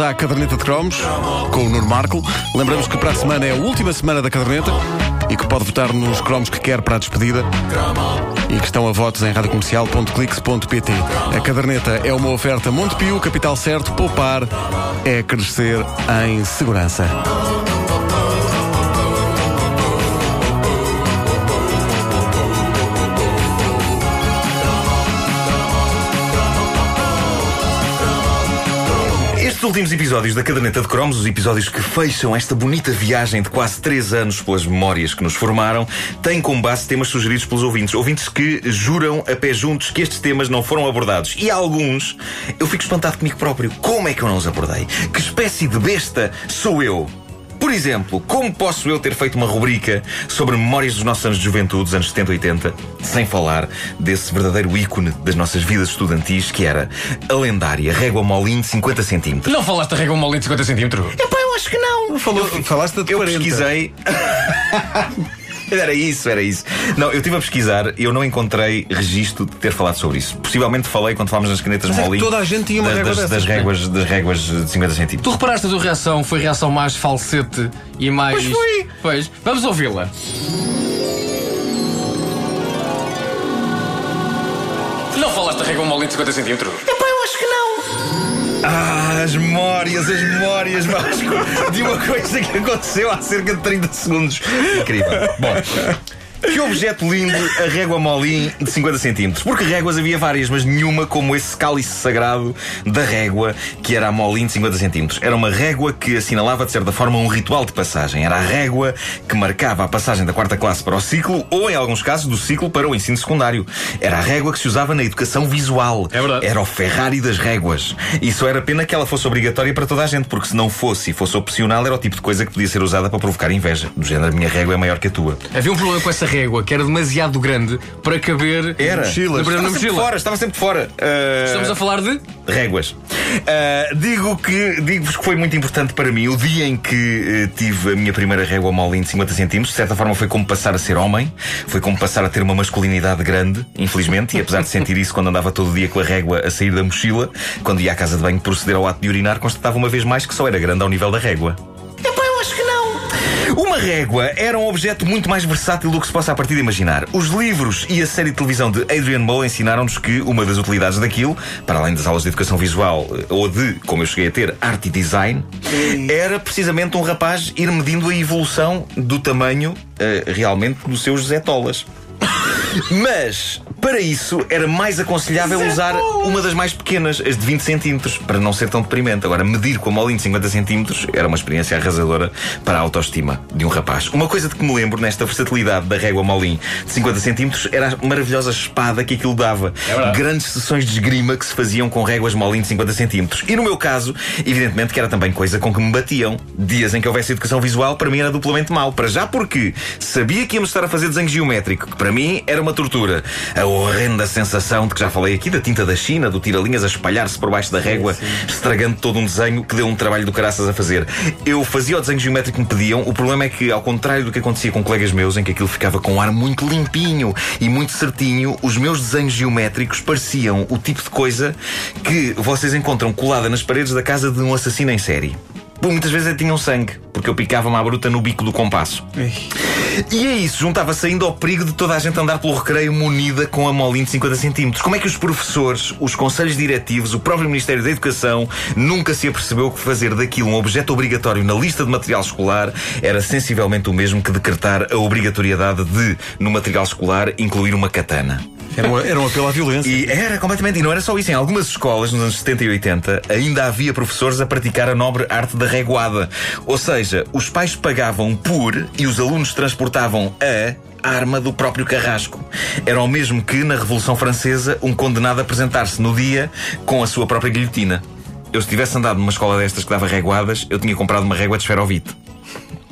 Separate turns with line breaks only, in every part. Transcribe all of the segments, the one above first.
à caderneta de cromos com o Nuno Marco. Lembramos que para a semana é a última semana da caderneta e que pode votar nos cromos que quer para a despedida e que estão a votos em radiocomercial.clix.pt. A caderneta é uma oferta Montepio, capital certo, poupar é crescer em segurança.
Estes últimos episódios da Caderneta de Cromos, os episódios que fecham esta bonita viagem de quase 3 anos pelas memórias que nos formaram, têm como base temas sugeridos pelos ouvintes. Ouvintes que juram a pé juntos que estes temas não foram abordados. E alguns, eu fico espantado comigo próprio. Como é que eu não os abordei? Que espécie de besta sou eu? Por exemplo, como posso eu ter feito uma rubrica sobre memórias dos nossos anos de juventude, dos anos 70 e 80, sem falar desse verdadeiro ícone das nossas vidas estudantis, que era a lendária régua Molin de 50 cm?
Não falaste da régua Molin de 50 cm?
Epá, eu acho que não.
Falaste da de 40.
Eu pesquisei. Era isso. Não, eu estive a pesquisar e eu não encontrei registro de ter falado sobre isso. Possivelmente falei quando falámos nas canetas Molin.
Toda a gente tinha uma régua
das réguas de 50 cm.
Tu reparaste a tua reação? Foi reação mais falsete e mais...
Pois foi.
Pois. Vamos ouvi-la. Não falaste da régua Molin de 50 cm?
Epá, eu acho que não. As memórias, Vasco, de uma coisa que aconteceu há cerca de 30 segundos. Incrível. Bom, que objeto lindo a régua Molin de 50 cm. Porque réguas havia várias, mas nenhuma como esse cálice sagrado da régua, que era a Molin de 50 cm. Era uma régua que assinalava, de certa forma, um ritual de passagem. Era a régua que marcava a passagem da 4ª classe para o ciclo, ou, em alguns casos, do ciclo para o ensino secundário. Era a régua que se usava na educação visual.
É verdade.
Era o Ferrari das réguas. E só era pena que ela fosse obrigatória para toda a gente, porque se não fosse e fosse opcional, era o tipo de coisa que podia ser usada para provocar inveja. Do género, a minha régua é maior que a tua.
Havia um problema com essa régua, que era demasiado grande para caber
Era.
na mochila.
Estava sempre fora.
Estamos a falar de...
réguas. Digo-vos que foi muito importante para mim o dia em que tive a minha primeira régua Molin de 50 cm. De certa forma foi como passar a ser homem. Foi como passar a ter uma masculinidade grande, infelizmente. E apesar de sentir isso quando andava todo o dia com a régua a sair da mochila, quando ia à casa de banho proceder ao ato de urinar, constatava uma vez mais que só era grande ao nível da régua. Epá, eu acho que não. Uma régua era um objeto muito mais versátil do que se possa a partir de imaginar. Os livros e a série de televisão de Adrian Mole ensinaram-nos que uma das utilidades daquilo, para além das aulas de educação visual ou de, como eu cheguei a ter, arte e design, era precisamente um rapaz ir medindo a evolução do tamanho realmente dos seus José Tolas. Mas, para isso, era mais aconselhável usar uma das mais pequenas, as de 20 cm, para não ser tão deprimente. Agora, medir com a Molin de 50 cm era uma experiência arrasadora para a autoestima de um rapaz. Uma coisa de que me lembro nesta versatilidade da régua Molin de 50 cm era a maravilhosa espada que aquilo dava. Grandes sessões de esgrima que se faziam com réguas Molin de 50 cm. E no meu caso, evidentemente que era também coisa com que me batiam. Dias em que houvesse educação visual, para mim era duplamente mau. Para já porque sabia que íamos estar a fazer desenho geométrico, que para mim era uma tortura. A horrenda sensação de que já falei aqui da tinta da China, do tira-linhas a espalhar-se por baixo da régua, estragando todo um desenho que deu um trabalho do caraças a fazer. Eu fazia o desenho geométrico que me pediam. O problema é que, ao contrário do que acontecia com colegas meus, em que aquilo ficava com um ar muito limpinho e muito certinho, os meus desenhos geométricos pareciam o tipo de coisa que vocês encontram colada nas paredes da casa de um assassino em série. Muitas vezes tinham sangue, porque eu picava-me à bruta no bico do compasso. E é isso, juntava-se ainda ao perigo de toda a gente andar pelo recreio munida com a Molin de 50 cm. Como é que os professores, os conselhos diretivos, o próprio Ministério da Educação nunca se apercebeu que fazer daquilo um objeto obrigatório na lista de material escolar era sensivelmente o mesmo que decretar a obrigatoriedade de, no material escolar, incluir uma katana?
Era um apelo à violência.
E era completamente. E não era só isso. Em algumas escolas, nos anos 70 e 80, ainda havia professores a praticar a nobre arte da reguada. Ou seja, os pais pagavam por e os alunos transportavam a arma do próprio carrasco. Era o mesmo que, na Revolução Francesa, um condenado apresentar-se no dia com a sua própria guilhotina. Eu, se tivesse andado numa escola destas que dava reguadas, eu tinha comprado uma régua de esferovite.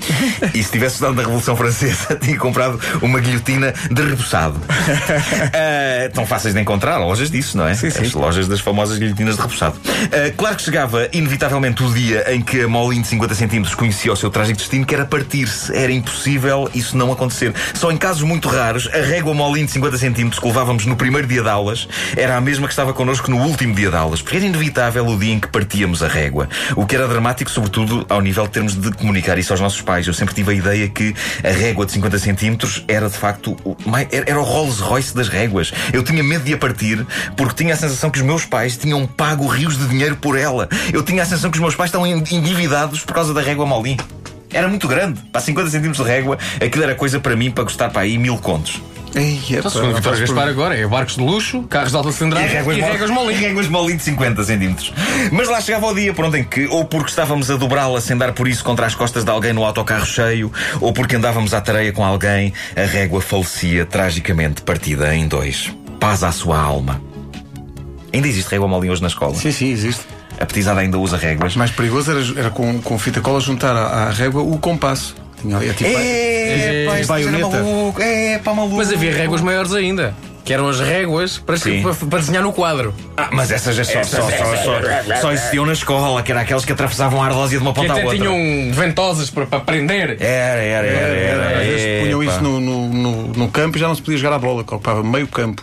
E se tivesse estudado na Revolução Francesa, tinha comprado uma guilhotina de rebuçado. Tão fáceis de encontrar, lojas disso, não é?
Sim, sim.
As lojas das famosas guilhotinas de rebuçado. Claro que chegava, inevitavelmente, o dia em que a Molin de 50 centímetros conhecia o seu trágico destino, que era partir-se. Era impossível isso não acontecer. Só em casos muito raros, a régua Molin de 50 centímetros que levávamos no primeiro dia de aulas era a mesma que estava connosco no último dia de aulas, porque era inevitável o dia em que partíamos a régua. O que era dramático, sobretudo, ao nível de termos de comunicar isso aos nossos pais. Eu sempre tive a ideia que a régua de 50 centímetros era, de facto, era o Rolls Royce das réguas. Eu tinha medo de a partir, porque tinha a sensação que os meus pais tinham pago rios de dinheiro por ela. Eu tinha a sensação que os meus pais estavam endividados por causa da régua Molin. Era muito grande. Para 50 centímetros de régua, aquilo era coisa para mim para custar para aí 1000 contos.
Segundo Vitor Gaspar agora é barcos de luxo, carros de alta cilindrada e réguas Molin.
E réguas Molin de 50 centímetros. Mas lá chegava o dia, pronto, em que, ou porque estávamos a dobrá-la sem dar por isso contra as costas de alguém no autocarro cheio, ou porque andávamos à tareia com alguém, a régua falecia tragicamente partida em dois. Paz à sua alma. Ainda existe régua Molin hoje na escola?
Sim, sim, existe.
A petizada ainda usa réguas.
Mais perigoso era com fita cola juntar à régua o compasso. Tinha ali a
baioneta. Maluco.
Mas havia réguas maiores ainda, que eram as réguas para desenhar no quadro.
Mas essas só existiam na escola, que eram aquelas que atravessavam a ardósia de uma ponta à outra.
Que até tinham ventosas para prender.
Era.
Às vezes punham isso no campo e já não se podia jogar a bola, que ocupava meio campo.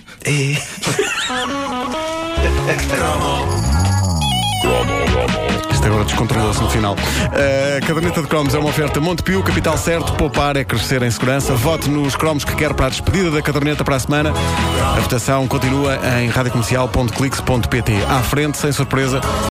Isto agora descontrolou-se no final. A caderneta de cromos é uma oferta Montepio, capital certo, poupar é crescer em segurança. Vote nos cromos que quer para a despedida da caderneta para a semana. A votação continua em radiocomercial.clix.pt. À frente, sem surpresa,